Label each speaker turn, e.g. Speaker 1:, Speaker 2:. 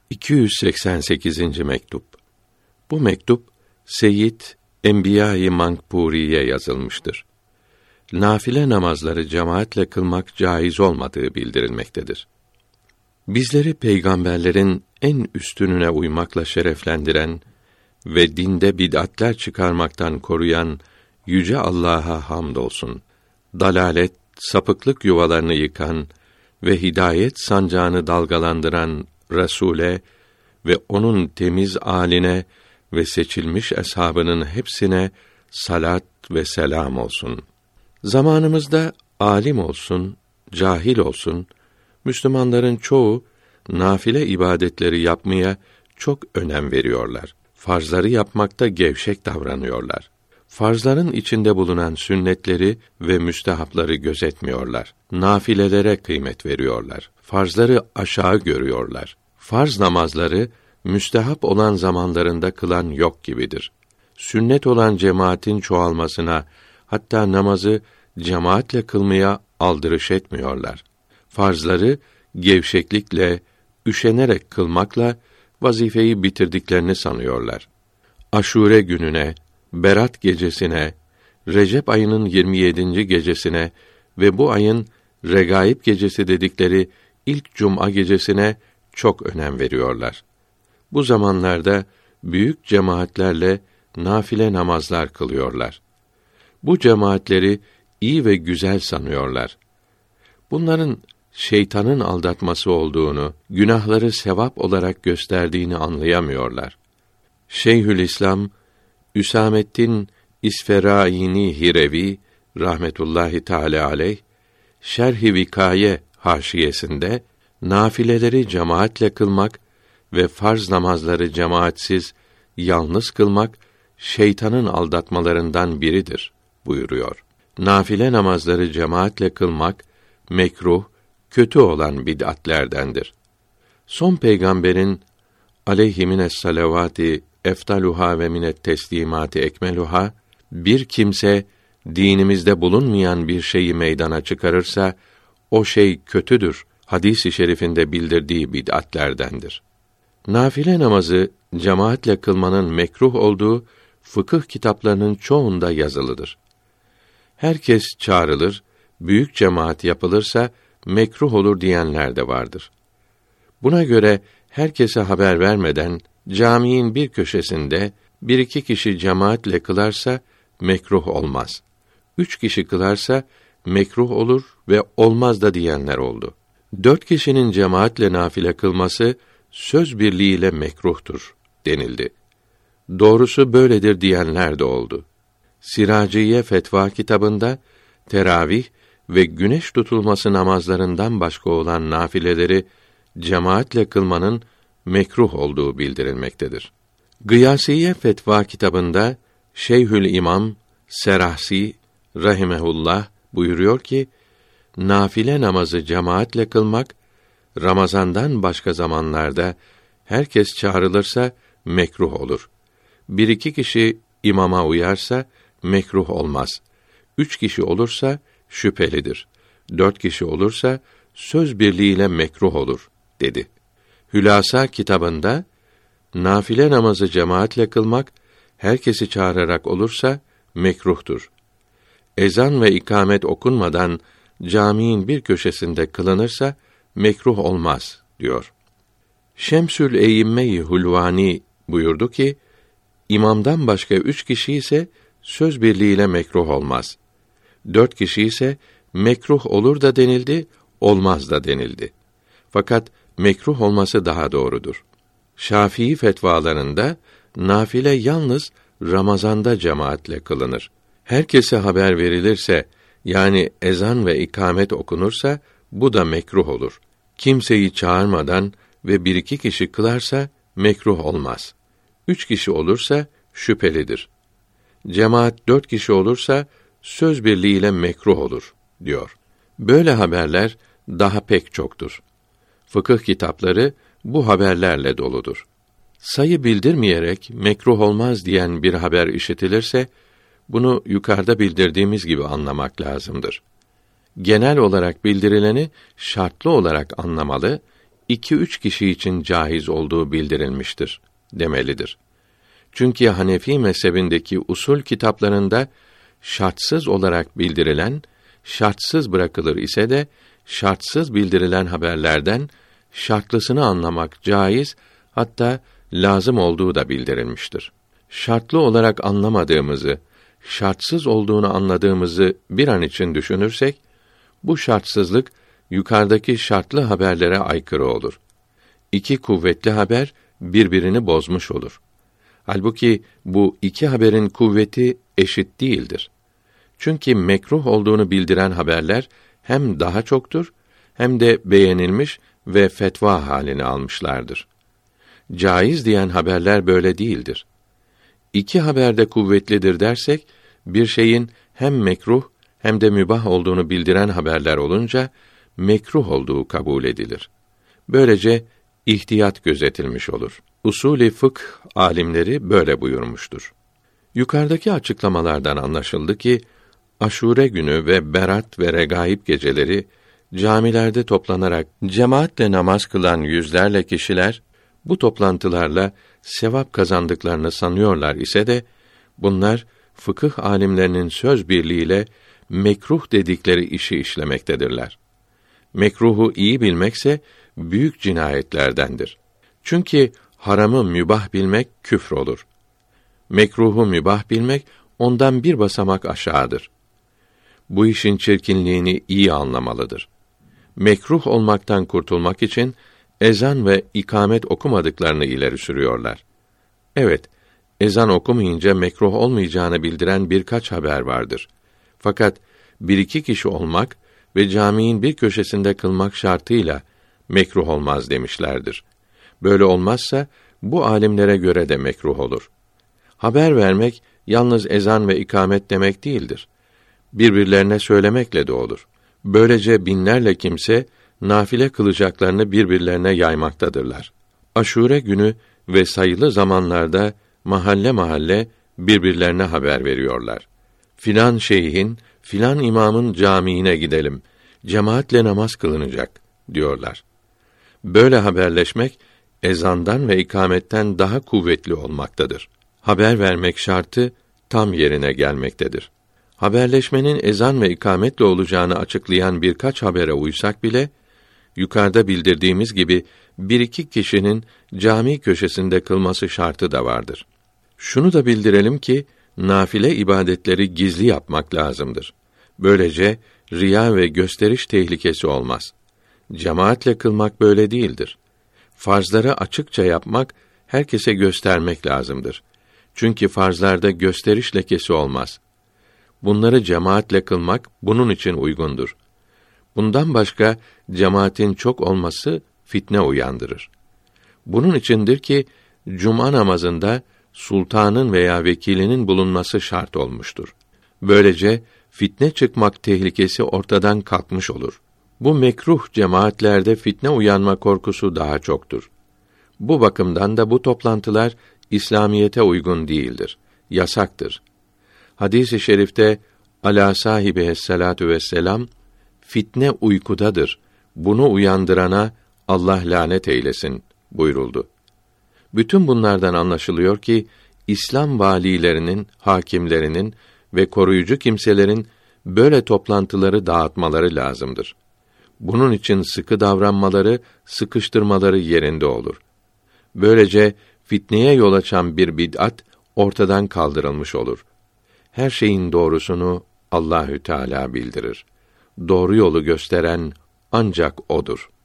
Speaker 1: 288. mektup. Bu mektup Seyyid Enbiya-i Mankburi'ye yazılmıştır. Nafile namazları cemaatle kılmak caiz olmadığı bildirilmektedir. Bizleri peygamberlerin en üstününe uymakla şereflendiren ve dinde bid'atler çıkarmaktan koruyan yüce Allah'a hamdolsun. Dalalet, sapıklık yuvalarını yıkan ve hidayet sancağını dalgalandıran Resûle ve onun temiz âline ve seçilmiş eshabının hepsine salat ve selam olsun. Zamanımızda alim olsun, cahil olsun, Müslümanların çoğu nafile ibadetleri yapmaya çok önem veriyorlar. Farzları yapmakta gevşek davranıyorlar. Farzların içinde bulunan sünnetleri ve müstehapları gözetmiyorlar. Nafilelere kıymet veriyorlar. Farzları aşağı görüyorlar. Farz namazları müstehap olan zamanlarında kılan yok gibidir. Sünnet olan cemaatin çoğalmasına, hatta namazı cemaatle kılmaya aldırış etmiyorlar. Farzları gevşeklikle, üşenerek kılmakla vazifeyi bitirdiklerini sanıyorlar. Aşure gününe, Berat gecesine, Recep ayının 27. gecesine ve bu ayın Regaib gecesi dedikleri ilk cuma gecesine çok önem veriyorlar. Bu zamanlarda büyük cemaatlerle nafile namazlar kılıyorlar. Bu cemaatleri iyi ve güzel sanıyorlar. Bunların şeytanın aldatması olduğunu, günahları sevap olarak gösterdiğini anlayamıyorlar. Şeyhülislam Üsamettin İsferaini Hirevi rahmetullahi teâlâ aleyh Şerh-i Vikaye haşiyesinde nafileleri cemaatle kılmak ve farz namazları cemaatsiz yalnız kılmak şeytanın aldatmalarından biridir buyuruyor. Nafile namazları cemaatle kılmak mekruh, kötü olan bid'atlerdendir. Son peygamberin aleyhimines salavati eftaluha ve minet teslimati ekmeluha, bir kimse dinimizde bulunmayan bir şeyi meydana çıkarırsa o şey kötüdür hadis-i şerifinde bildirdiği bid'atlerdendir. Nafile namazı cemaatle kılmanın mekruh olduğu fıkıh kitaplarının çoğunda yazılıdır. Herkes çağrılır, büyük cemaat yapılırsa mekruh olur diyenler de vardır. Buna göre herkese haber vermeden caminin bir köşesinde bir iki kişi cemaatle kılarsa mekruh olmaz. 3 kişi kılarsa mekruh olur ve olmaz da diyenler oldu. 4 kişinin cemaatle nafile kılması söz birliğiyle mekruhtur denildi. Doğrusu böyledir diyenler de oldu. Siraciye Fetva kitabında teravih ve güneş tutulması namazlarından başka olan nafileleri cemaatle kılmanın mekruh olduğu bildirilmektedir. Gıyasiye Fetva kitabında Şeyhü'l-İmam Serahsi rahimehullah buyuruyor ki, nafile namazı cemaatle kılmak Ramazan'dan başka zamanlarda herkes çağrılırsa mekruh olur. 1-2 kişi imama uyarsa mekruh olmaz. 3 kişi olursa şüphelidir. 4 kişi olursa söz birliğiyle mekruh olur dedi. Hülasa kitabında nafile namazı cemaatle kılmak herkesi çağırarak olursa mekruhtur. Ezan ve ikamet okunmadan caminin bir köşesinde kılınırsa mekruh olmaz diyor. Şemsül Eyyime-i Hulvani buyurdu ki, imamdan başka 3 kişi ise söz birliğiyle mekruh olmaz. 4 kişi ise mekruh olur da denildi, olmaz da denildi. Fakat mekruh olması daha doğrudur. Şafii fetvalarında nafile yalnız Ramazan'da cemaatle kılınır. Herkese haber verilirse, yani ezan ve ikamet okunursa bu da mekruh olur. Kimseyi çağırmadan ve 1-2 kişi kılarsa mekruh olmaz. 3 kişi olursa şüphelidir. Cemaat 4 kişi olursa söz birliğiyle mekruh olur diyor. Böyle haberler daha pek çoktur. Fıkıh kitapları bu haberlerle doludur. Sayı bildirmeyerek mekruh olmaz diyen bir haber işitilirse, bunu yukarıda bildirdiğimiz gibi anlamak lazımdır. Genel olarak bildirileni şartlı olarak anlamalı, 2-3 kişi için caiz olduğu bildirilmiştir demelidir. Çünkü Hanefi mezhebindeki usul kitaplarında şartsız olarak bildirilen, şartsız bırakılır ise de şartsız bildirilen haberlerden şartlısını anlamak caiz, hatta lazım olduğu da bildirilmiştir. Şartlı olarak anlamadığımızı, şartsız olduğunu anladığımızı bir an için düşünürsek, bu şartsızlık yukarıdaki şartlı haberlere aykırı olur. İki kuvvetli haber birbirini bozmuş olur. Halbuki bu iki haberin kuvveti eşit değildir. Çünkü mekruh olduğunu bildiren haberler hem daha çoktur, hem de beğenilmiş ve fetva halini almışlardır. Caiz diyen haberler böyle değildir. İki haber de kuvvetlidir dersek, bir şeyin hem mekruh hem de mübah olduğunu bildiren haberler olunca, mekruh olduğu kabul edilir. Böylece ihtiyat gözetilmiş olur. Usul-i fıkh alimleri böyle buyurmuştur. Yukarıdaki açıklamalardan anlaşıldı ki, Aşure günü ve Berat ve Regaib geceleri camilerde toplanarak cemaatle namaz kılan yüzlerle kişiler bu toplantılarla sevap kazandıklarını sanıyorlar ise de bunlar fıkıh alimlerinin söz birliğiyle mekruh dedikleri işi işlemektedirler. Mekruhu iyi bilmekse büyük cinayetlerdendir. Çünkü haramı mübah bilmek küfür olur. Mekruhu mübah bilmek ondan bir basamak aşağıdır. Bu işin çirkinliğini iyi anlamalıdır. Mekruh olmaktan kurtulmak için ezan ve ikamet okumadıklarını ileri sürüyorlar. Evet, ezan okumayınca mekruh olmayacağını bildiren birkaç haber vardır. Fakat bir iki kişi olmak ve caminin bir köşesinde kılmak şartıyla mekruh olmaz demişlerdir. Böyle olmazsa bu alimlere göre de mekruh olur. Haber vermek yalnız ezan ve ikamet demek değildir. Birbirlerine söylemekle de olur. Böylece binlerle kimse nafile kılacaklarını birbirlerine yaymaktadırlar. Aşure günü ve sayılı zamanlarda mahalle mahalle birbirlerine haber veriyorlar. Filan şeyhin, filan imamın camiine gidelim, cemaatle namaz kılınacak diyorlar. Böyle haberleşmek ezandan ve ikametten daha kuvvetli olmaktadır. Haber vermek şartı tam yerine gelmektedir. Haberleşmenin ezan ve ikametle olacağını açıklayan birkaç habere uysak bile, yukarıda bildirdiğimiz gibi bir iki kişinin cami köşesinde kılması şartı da vardır. Şunu da bildirelim ki, nafile ibadetleri gizli yapmak lazımdır. Böylece riya ve gösteriş tehlikesi olmaz. Cemaatle kılmak böyle değildir. Farzları açıkça yapmak, herkese göstermek lazımdır. Çünkü farzlarda gösteriş lekesi olmaz. Bunları cemaatle kılmak bunun için uygundur. Bundan başka cemaatin çok olması fitne uyandırır. Bunun içindir ki cuma namazında sultanın veya vekilinin bulunması şart olmuştur. Böylece fitne çıkmak tehlikesi ortadan kalkmış olur. Bu mekruh cemaatlerde fitne uyanma korkusu daha çoktur. Bu bakımdan da bu toplantılar İslamiyete uygun değildir, yasaktır. Hadis-i şerifte ala sahibihisselatu vesselam fitne uykudadır. Bunu uyandırana Allah lanet eylesin buyuruldu. Bütün bunlardan anlaşılıyor ki İslam valilerinin, hakimlerinin ve koruyucu kimselerin böyle toplantıları dağıtmaları lazımdır. Bunun için sıkı davranmaları, sıkıştırmaları yerinde olur. Böylece fitneye yol açan bir bid'at ortadan kaldırılmış olur. Her şeyin doğrusunu Allahü Teala bildirir. Doğru yolu gösteren ancak odur.